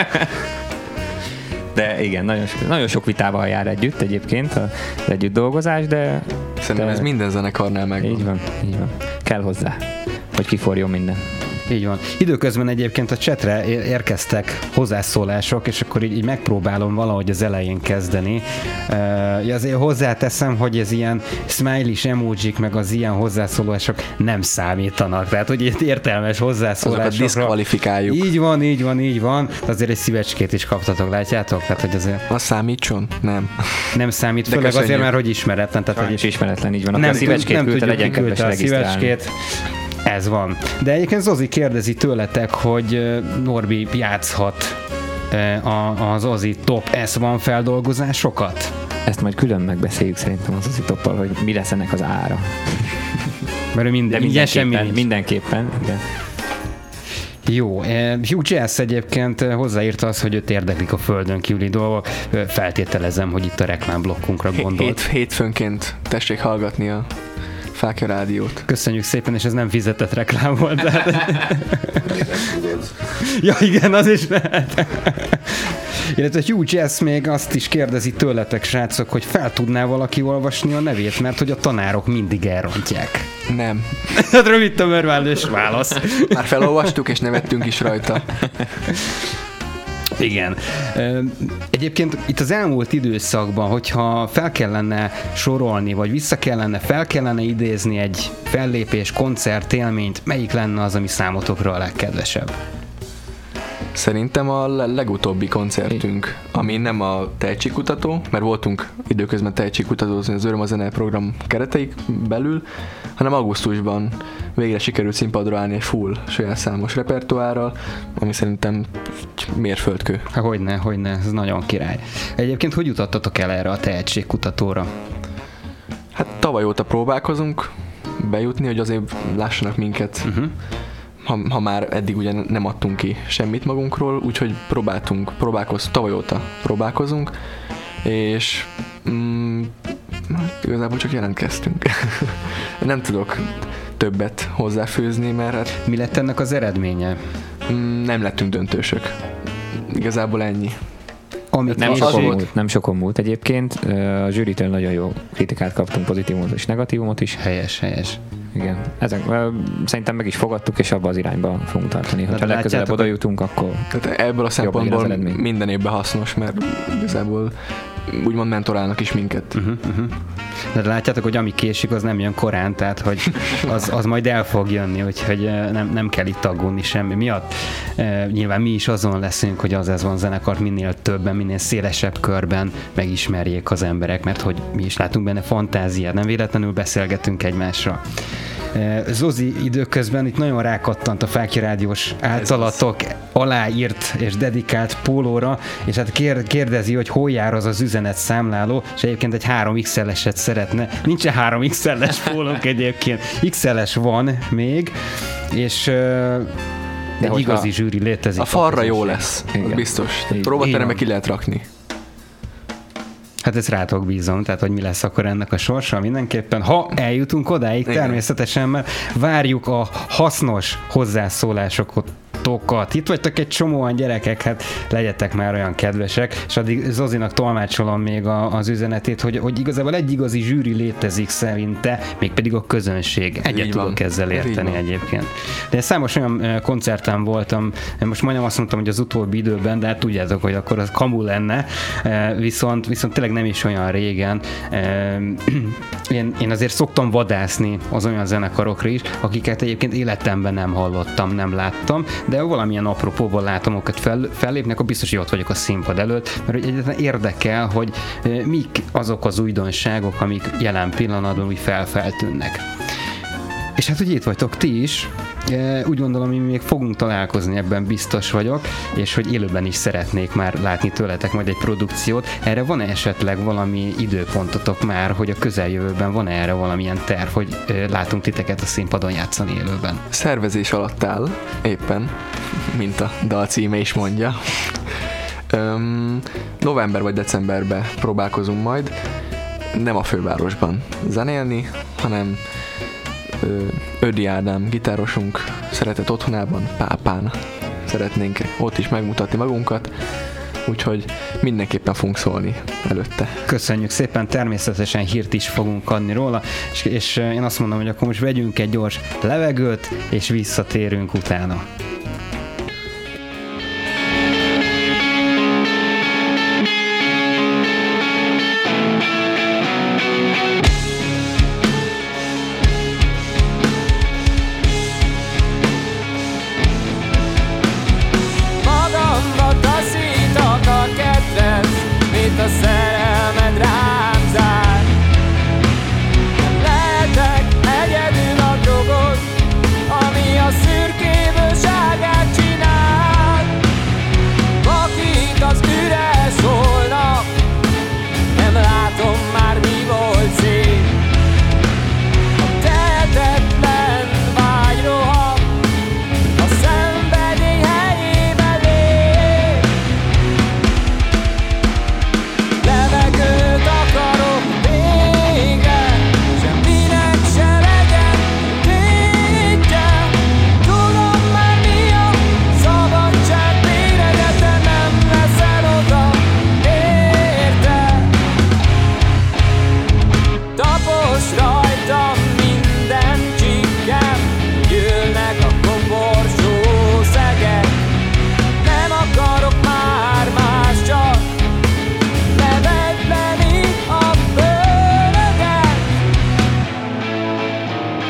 De igen, nagyon sok vitával jár együtt egyébként az együtt dolgozás, de... Szerintem ez minden zenekarnál megvan. Így van. Kell hozzá, hogy kiforjon minden. Így van. Időközben egyébként a chatre érkeztek hozzászólások, és akkor így megpróbálom valahogy az elején kezdeni. Azért hozzáteszem, hogy ez ilyen smiley-s emojik, meg az ilyen hozzászólások nem számítanak. Tehát, hogy itt értelmes hozzászólásokra... Azokat diszkvalifikáljuk. Így van. De azért egy szívecskét is kaptatok, látjátok? Tehát, hogy azért... Az számítson? Nem. Nem számít, főleg azért, mert hogy ismeretlen. Tehát, hogy ismeretlen, így van. Aki a szívecskét küldte, legyen kedves regisztrálni. Ez van. De egyébként Zozi kérdezi tőletek, hogy Norbi játszhat az Ozzy Top S1 feldolgozásokat? Ezt majd külön megbeszéljük szerintem az Ozzy Toppal, hogy mi lesz ennek az ára. Mert ő mindenképpen. Igen. Jó, Hugh Jazz egyébként hozzáírta azt, hogy őt érdeklik a földön kívüli dolgok. Feltételezem, hogy itt a reklámblokkunkra gondolt. Hétfőnként tessék hallgatni a Fákja Rádiót. Köszönjük szépen, és ez nem fizetett reklám volt. Ja igen, az is lehet. Illetve Hugh Jazz még azt is kérdezi tőletek, srácok, hogy fel tudná valaki olvasni a nevét, mert hogy a tanárok mindig elrontják. Nem. Hát rövid tömörvállós válasz. Már felolvastuk, és nevettünk is rajta. Igen. Egyébként itt az elmúlt időszakban, hogyha fel kellene sorolni, vagy fel kellene idézni egy fellépés, koncert, élményt, melyik lenne az, ami számotokra a legkedvesebb? Szerintem a legutóbbi koncertünk, ami nem a tehetségkutató, mert voltunk időközben tehetségkutatózni az Öröm a Zene program kereteik belül, hanem augusztusban végre sikerült színpadra állni egy full saját számos repertoárral, ami szerintem mérföldkő. Hogyne, ez nagyon király. Egyébként hogy jutottatok el erre a tehetségkutatóra? Hát tavaly óta próbálkozunk bejutni, hogy azért lássanak minket, ha már eddig ugye nem adtunk ki semmit magunkról, úgyhogy tavaly óta próbálkozunk, és igazából csak jelentkeztünk. Nem tudok többet hozzáfőzni, mert hát... Mi lett ennek az eredménye? Nem lettünk döntősök. Igazából ennyi. Nem sokon múlt egyébként. A zsűritől nagyon jó kritikát kaptunk, pozitívumot és negatívumot is. Helyes. Igen. Szerintem meg is fogadtuk, és abba az irányba fogunk tartani. Ha legközelebb oda jutunk, akkor tehát ebből a szempontból minden évben hasznos, mert igazából úgymond mentorálnak is minket. De látjátok, hogy ami késik, az nem jön korán, tehát hogy az majd el fog jönni, úgyhogy nem kell itt aggódni semmi miatt. Nyilván mi is azon leszünk, hogy az van zenekart minél többen, minél szélesebb körben megismerjék az emberek, mert hogy mi is látunk benne fantáziát, nem véletlenül beszélgetünk egymásra. Zozi időközben itt nagyon rákattant a Fáklya Rádiós általatok aláírt és dedikált pólóra, és hát kérdezi, hogy hol jár az üzenet számláló, és egyébként egy 3XL-eset szeretne. Nincsen 3XL-es pólónk egyébként. XL-es van még, és egy igazi zsűri létezik. A falra jó lesz, biztos. Próbaterembe ki lehet rakni. Hát ezt rátok bízom, tehát hogy mi lesz akkor ennek a sorsa mindenképpen. Ha eljutunk odáig, természetesen, mert várjuk a hasznos hozzászólásokat. Itt vagytok egy csomóan gyerekek, hát legyetek már olyan kedvesek, és addig Zozinak tolmácsolom még az üzenetét, hogy igazából egy igazi zsűri létezik szerinte, mégpedig a közönség. Egyet tudok ezzel érteni egyébként. De számos olyan koncerten voltam, most majdnem azt mondtam, hogy az utóbbi időben, de hát tudjátok, hogy akkor az kamu lenne, viszont tényleg nem is olyan régen. Én azért szoktam vadászni az olyan zenekarokra is, akiket egyébként életemben nem hallottam, nem láttam, de valamilyen apropóból látom őket fellépnek, akkor biztos, hogy ott vagyok a színpad előtt, mert egyáltalán érdekel, hogy mik azok az újdonságok, amik jelen pillanatban úgy feltűnnek. És hát, hogy itt vagytok ti is, úgy gondolom, hogy még fogunk találkozni, ebben biztos vagyok, és hogy élőben is szeretnék már látni tőletek majd egy produkciót. Erre van-e esetleg valami időpontotok már, hogy a közeljövőben van-e erre valamilyen terv, hogy látunk titeket a színpadon játszani élőben? Szervezés alatt áll, éppen, mint a dal címe is mondja. November vagy decemberben próbálkozunk majd, nem a fővárosban zenélni, hanem Ödi Ádám gitárosunk szeretett otthonában, Pápán szeretnénk ott is megmutatni magunkat, úgyhogy mindenképpen fogunk szólni előtte. Köszönjük szépen, természetesen hírt is fogunk adni róla, és én azt mondom, hogy akkor most vegyünk egy gyors levegőt, és visszatérünk utána. A szerelmed rám zár. Nem lehetek egyedül a drogot, ami a szürkéből sárgát csinál. Vakít az üres holnap, nem látom már mi volt szép. A tehetetlen vágy roham, a szenvedély helyébe lép. Levegőt akarok végen, semminek se legyen tétje. Tudom már mi a szabadság mérege, te nem leszel oda érte. Tapos rajtam minden csíkkem, gyűlnek a komborsó szegek. Nem akarok már más, csak levedleni a bőrödet.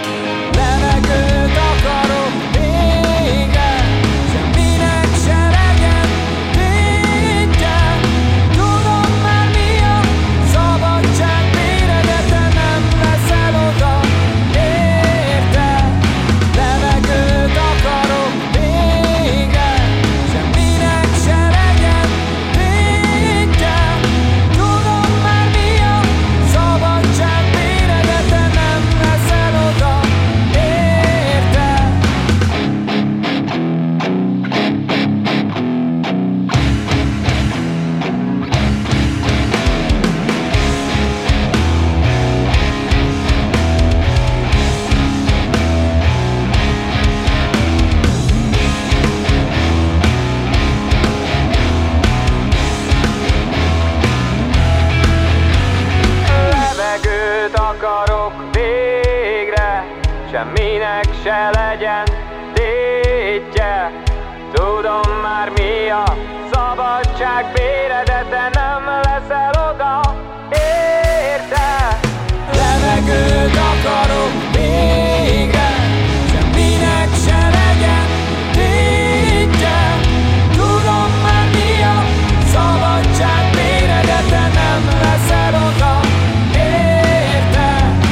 Levegőt akarok végen, semminek se legyen akarok végre, semminek se legyen tétje. Tudom már mi a szabadság bére, de te nem leszel oda, érte? Levegőt akarok végre, semminek se legyen tétje. Tudom már mi a szabadság bére, de te nem leszel oda, érte?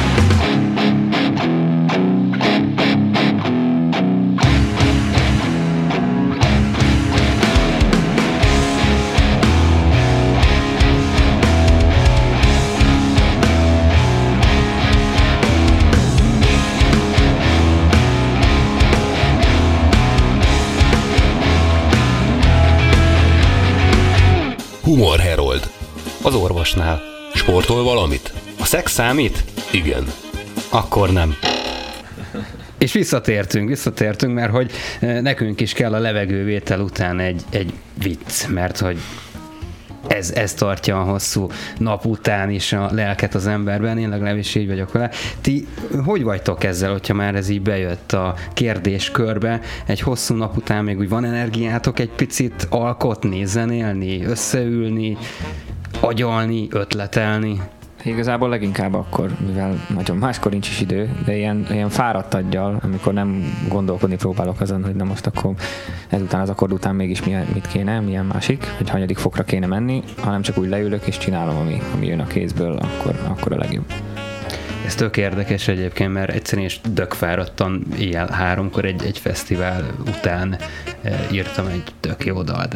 Humor Herold. Az orvosnál. Sportol valamit? A szex számít? Igen. Akkor nem. És visszatértünk, mert hogy nekünk is kell a levegővétel után egy vicc, mert hogy ez tartja a hosszú nap után is a lelket az emberben, én legalábbis így vagyok vele. Ti hogy vagytok ezzel, hogyha már ez így bejött a kérdéskörbe? Egy hosszú nap után még úgy van energiátok egy picit alkotni, zenélni, összeülni, agyalni, ötletelni? Igazából leginkább akkor, mivel nagyon máskor nincs is idő, de ilyen fáradt aggyal, amikor nem gondolkodni próbálok azon, hogy na most akkor ezután az akkord után mégis mit kéne, milyen másik, hogy hanyadik fokra kéne menni, hanem csak úgy leülök és csinálom, ami jön a kézből, akkor a legjobb. Ez tök érdekes egyébként, mert egyszerűen is dökfáradtan éjjel 3-kor egy fesztivál után írtam egy tök jó dalt.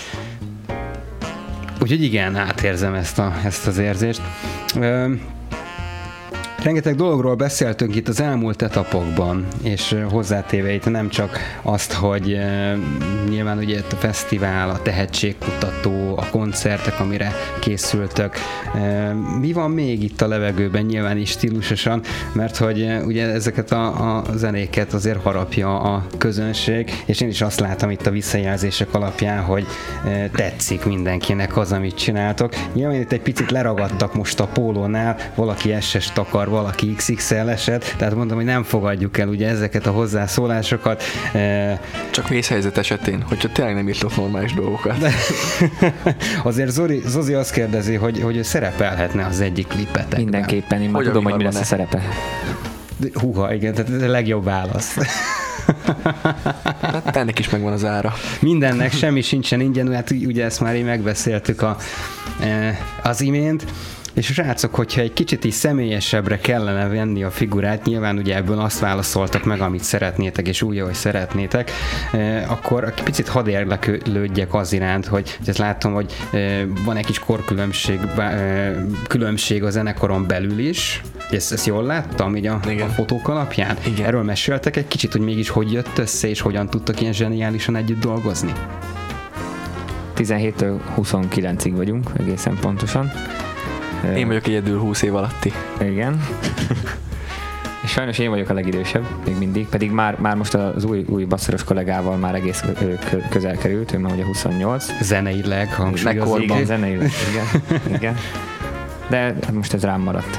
Úgyhogy igen, átérzem ezt az érzést. Rengeteg dologról beszéltünk itt az elmúlt etapokban, és hozzátéve itt nem csak azt, hogy nyilván ugye a fesztivál, a tehetségkutató, a koncertek, amire készültök. Mi van még itt a levegőben, nyilván is stílusosan, mert hogy ugye ezeket a zenéket azért harapja a közönség, és én is azt látom itt a visszajelzések alapján, hogy tetszik mindenkinek az, amit csináltok. Nyilván itt egy picit leragadtak most a pólónál, valaki SS-t akar, valaki XXL-eset, tehát mondom, hogy nem fogadjuk el ugye ezeket a hozzászólásokat. Csak vészhelyzet esetén, hogyha tényleg nem írtok normális dolgokat. Azért Zozi azt kérdezi, hogy szerepelhetne az egyik klipetekben. Mindenképpen, én már tudom, hogy mi lesz a szerepe. Húha, igen, tehát ez a legjobb válasz. Hát ennek is megvan az ára. Mindennek semmi sincsen ingyen, hát ugye ezt már így megbeszéltük az imént. És srácok, hogyha egy kicsit is személyesebbre kellene venni a figurát, nyilván ugye ebből azt válaszoltak meg, amit szeretnétek, és úgy, ahogy szeretnétek, akkor picit hadd érdeklődjek az iránt, hogy ezt látom, hogy van egy kis korkülönbség a zenekaron belül is. Ezt jól láttam így a fotók alapján? Igen. Erről meséltek egy kicsit, hogy mégis hogy jött össze, és hogyan tudtak ilyen zseniálisan együtt dolgozni? 17-től 29-ig vagyunk, egészen pontosan. Én vagyok egyedül 20 év alatti. Igen. És sajnos én vagyok a legidősebb, még mindig, pedig már most az új basszoros kollégával már egész közel került, ő már ugye 28. Zeneileg hangsúlyozni. Igen, zeneileg, igen. De most ez rám maradt.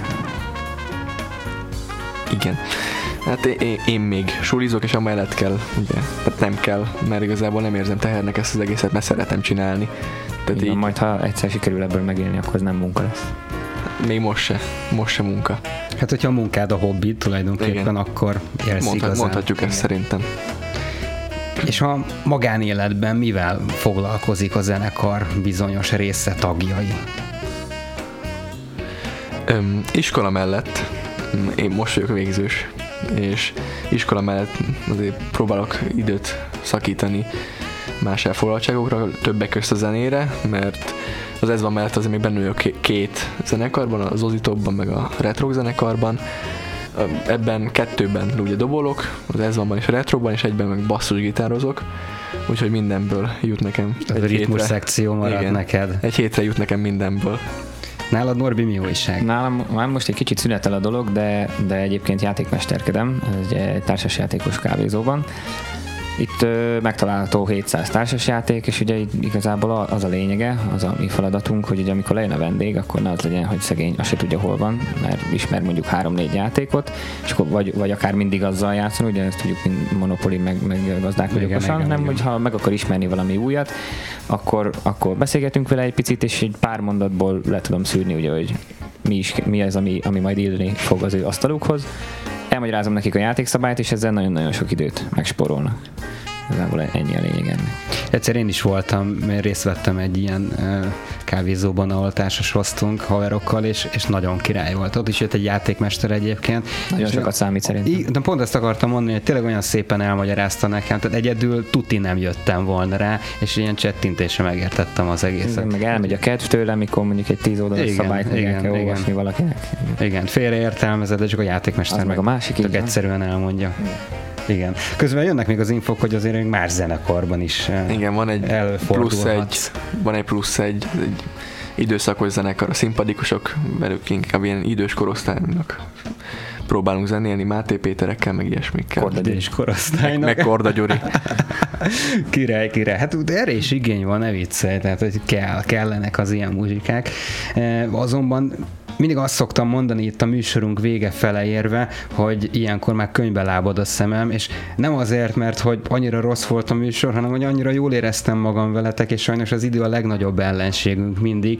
Igen. Hát én még sulizok, és amellett kell, ugye, tehát nem kell, mert igazából nem érzem tehernek ezt az egészet, mert szeretem csinálni. Tehát igen, majd ha egyszer sikerül ebből megélni, akkor ez nem munka lesz. Még most se munka. Hát, hogyha a munkád a hobbid tulajdonképpen, igen, akkor élsz igazán. Mondhatjuk ezt szerintem. És a magánéletben mivel foglalkozik a zenekar bizonyos része tagjai? Iskola mellett, én most vagyok végzős, és iskola mellett azért próbálok időt szakítani más elfoglaltságokra, többek közt a zenére, mert az Ez van mellett azért még benne vagyok két zenekarban, az Ozitopban meg a Retrok zenekarban. Ebben kettőben ugye dobolok, az Ez vanban és a Retrokban, és egyben meg basszusgitározok, úgyhogy mindenből jut nekem. Ez a ritmus szekció marad neked. Egy hétre jut nekem mindenből. Nálad, Norbi, mi újság? Nálam már most egy kicsit szünetel a dolog, de egyébként játékmesterkedem, egy társasjátékos kávézóban, Itt megtalálható 700 társasjáték, és ugye igazából az a lényege, az a mi feladatunk, hogy ugye amikor lejön a vendég, akkor ne az legyen, hogy szegény azt se tudja hol van, mert ismer mondjuk 3-4 játékot, és akkor vagy akár mindig azzal játszani, ugye ezt tudjuk, mint Monopoly, meg gazdálkodókosan, hanem hogyha meg akar ismerni valami újat, akkor beszélgetünk vele egy picit, és egy pár mondatból le tudom szűrni, ugye, hogy mi az, ami majd illni fog az ő asztalukhoz. Elmagyarázom nekik a játékszabályt, és ezzel nagyon-nagyon sok időt megspórolnak. Igazából ennyi a lényeg ennek. Egyszer én is voltam, részt vettem egy ilyen kávézóban, ahol társasoztunk haverokkal, és nagyon király volt. Ott is jött egy játékmester egyébként. Nagyon sokat számít szerintem. De pont ezt akartam mondani, hogy tényleg olyan szépen elmagyarázta nekem, tehát egyedül tuti nem jöttem volna rá, és ilyen csettintésre megértettem az egészet. Igen, meg elmegy a kedv tőle, amikor mondjuk egy 10 oldalas szabályt el kell olvasni valakinek. Igen, félreértelmezed, de csak a játékmester meg a másik csak egyszerűen elmondja. Igen. Közben jönnek még az infok, hogy azért még más zenekarban is igen, van egy plusz egy időszakos zenekar, a szimpatikusok, velük inkább ilyen idős korosztálynak próbálunk zenélni, Máté Péterekkel, meg ilyesmikkel. Kordadés korosztálynak. Meg Korda Gyuri. Király. Hát erre is igény van, ne viccelj, tehát hogy kellenek az ilyen muzsikák. Azonban mindig azt szoktam mondani itt a műsorunk vége fele érve, hogy ilyenkor már könyvbe lábad a szemem, és nem azért, mert hogy annyira rossz volt a műsor, hanem hogy annyira jól éreztem magam veletek, és sajnos az idő a legnagyobb ellenségünk mindig.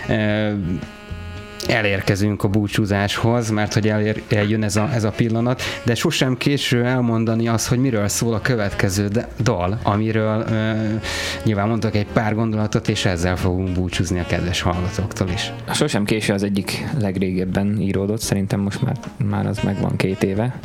Elérkezünk a búcsúzáshoz, mert hogy eljön ez a pillanat, de sosem késő elmondani azt, hogy miről szól a következő dal, amiről nyilván mondtak egy pár gondolatot, és ezzel fogunk búcsúzni a kedves hallgatóktól is. Sosem késő az egyik legrégebben íródott, szerintem most már az megvan 2 éve.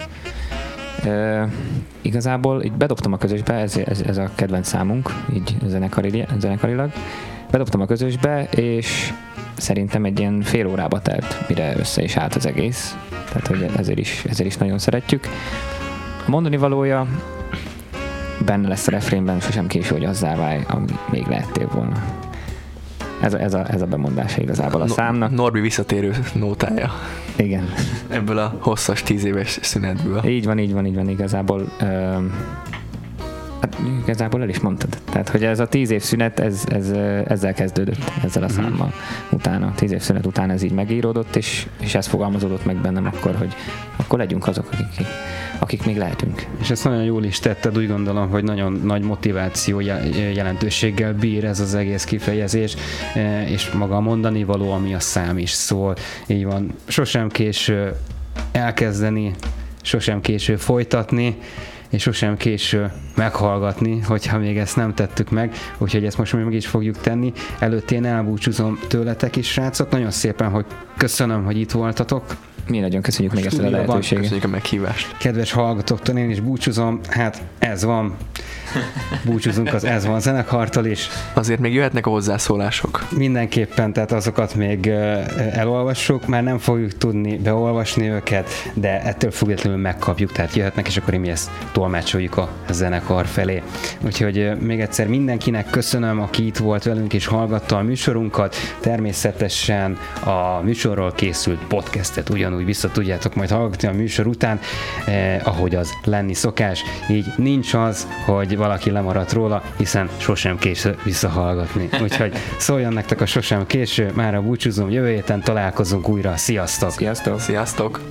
Igazából így bedobtam a közösbe, ez a kedvenc számunk, így zenekarilag. Bedobtam a közösbe, és szerintem egy ilyen fél órába telt, mire össze is állt az egész. Tehát, hogy ezért is nagyon szeretjük. A mondani valója benne lesz a refrénben, sosem késő, hogy azzá válj, ami még lehettél volna. Ez a bemondása igazából a számnak. Norbi visszatérő nótája. Igen. Ebből a hosszas 10 éves szünetből. Így van, igazából igazából el is mondtad. Tehát, hogy ez a 10 év szünet, ezzel kezdődött, ezzel a számmal. Utána, 10 év szünet után ez így megíródott, és ez fogalmazódott meg bennem akkor, hogy akkor legyünk azok, akik még lehetünk. És ezt nagyon jól is tetted, úgy gondolom, hogy nagyon nagy motiváció jelentőséggel bír ez az egész kifejezés, és maga a mondani való, ami a szám is szól. Így van. Sosem késő elkezdeni, sosem késő folytatni, és sosem késő meghallgatni, hogyha még ezt nem tettük meg, úgyhogy ezt most meg is fogjuk tenni. Előtt én elbúcsúzom tőletek is, srácok. Nagyon szépen, hogy köszönöm, hogy itt voltatok. Mi nagyon köszönjük még ezt a lehetőséget. Köszönjük a meghívást. Kedves hallgatóktól én is búcsúzom, hát ez van. Búcsúzunk az Ez van zenekartól is. Azért még jöhetnek a hozzászólások. Mindenképpen, tehát azokat még elolvassuk, már nem fogjuk tudni beolvasni őket, de ettől függetlenül megkapjuk, tehát jöhetnek, és akkor mi ezt tolmácsoljuk a zenekar felé. Úgyhogy még egyszer mindenkinek köszönöm, aki itt volt velünk és hallgatta a műsorunkat. Természetesen a műsorról készült podcastet ugyanúgy vissza tudjátok majd hallgatni a műsor után, ahogy az lenni szokás. Így nincs az, hogy valaki lemaradt róla, hiszen sosem késő visszahallgatni. Úgyhogy szóljon nektek a sosem késő, mára búcsúzom, jövő héten találkozunk újra. Sziasztok! Sziasztok! Sziasztok!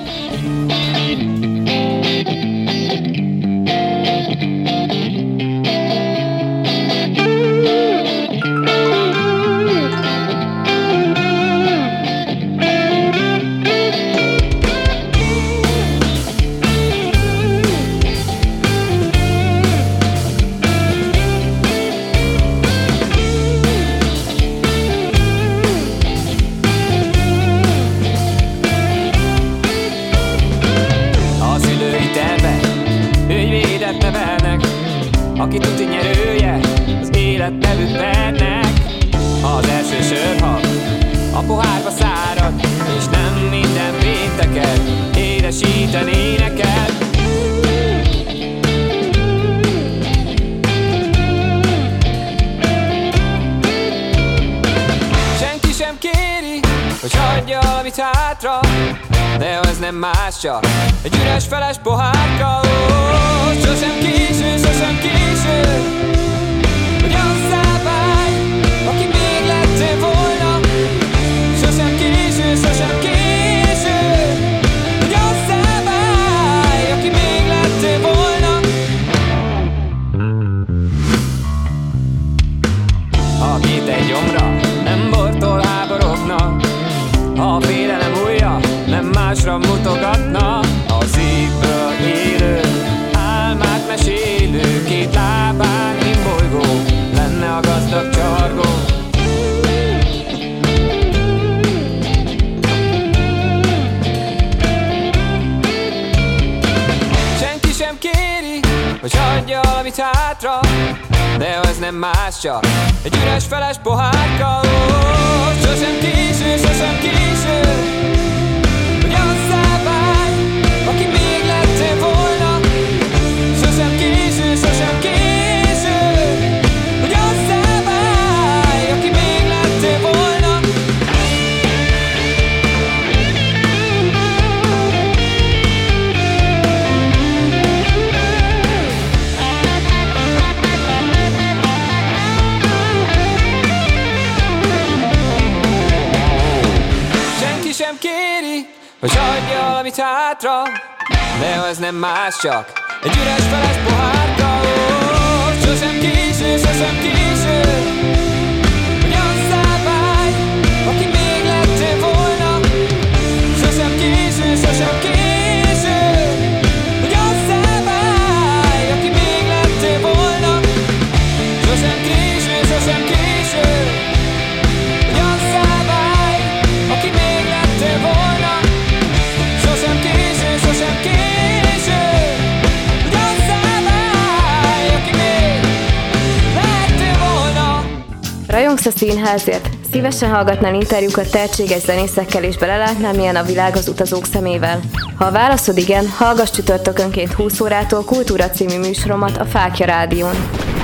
Aki tuti nyerője az élet nevükbennek. Az első sörhab a pohárba szárad, és nem minden pénteket édesíteni neked. Senki sem kéri, hogy hagyja amit hátra, de az nem más, csak egy üres feles pohárka. Sosem késő, sosem hallgatna, a szívből élő, álmát mesélő, két lábán imbolygó, lenne a gazdag csargó. Senki sem kéri, hogy hagyja valamit hátra, de az nem más, csak egy üres feles pohárka. Sosem késő, sosem késő, hogy azzá válj, aki még lettél volna. Sosem késő, sosem késő, hogy azzá válj, aki még lettél volna. Sem kéri, hogy hagyja valamit hátra, de az nem más, csak egy üres feles pohárka. Sosem késő, sosem késő, hogy azzá válj, aki még lettél volna. Sosem késő, sosem késő, hogy azzá válj, aki még lettél volna. Sosem késő, sosem késő, hogy azzá válj, aki még lettél volna. Sosem késő, sosem késő, hogy azzá válj, aki még lettél volna. Rajongsz a színházért? Szívesen hallgatnál interjúkat tehetséges zenészekkel és belelátnál, milyen a világ az utazók szemével. Ha a válaszod igen, hallgass csütörtökönként 20 órától Kultúra című műsoromat a Fáklya Rádión.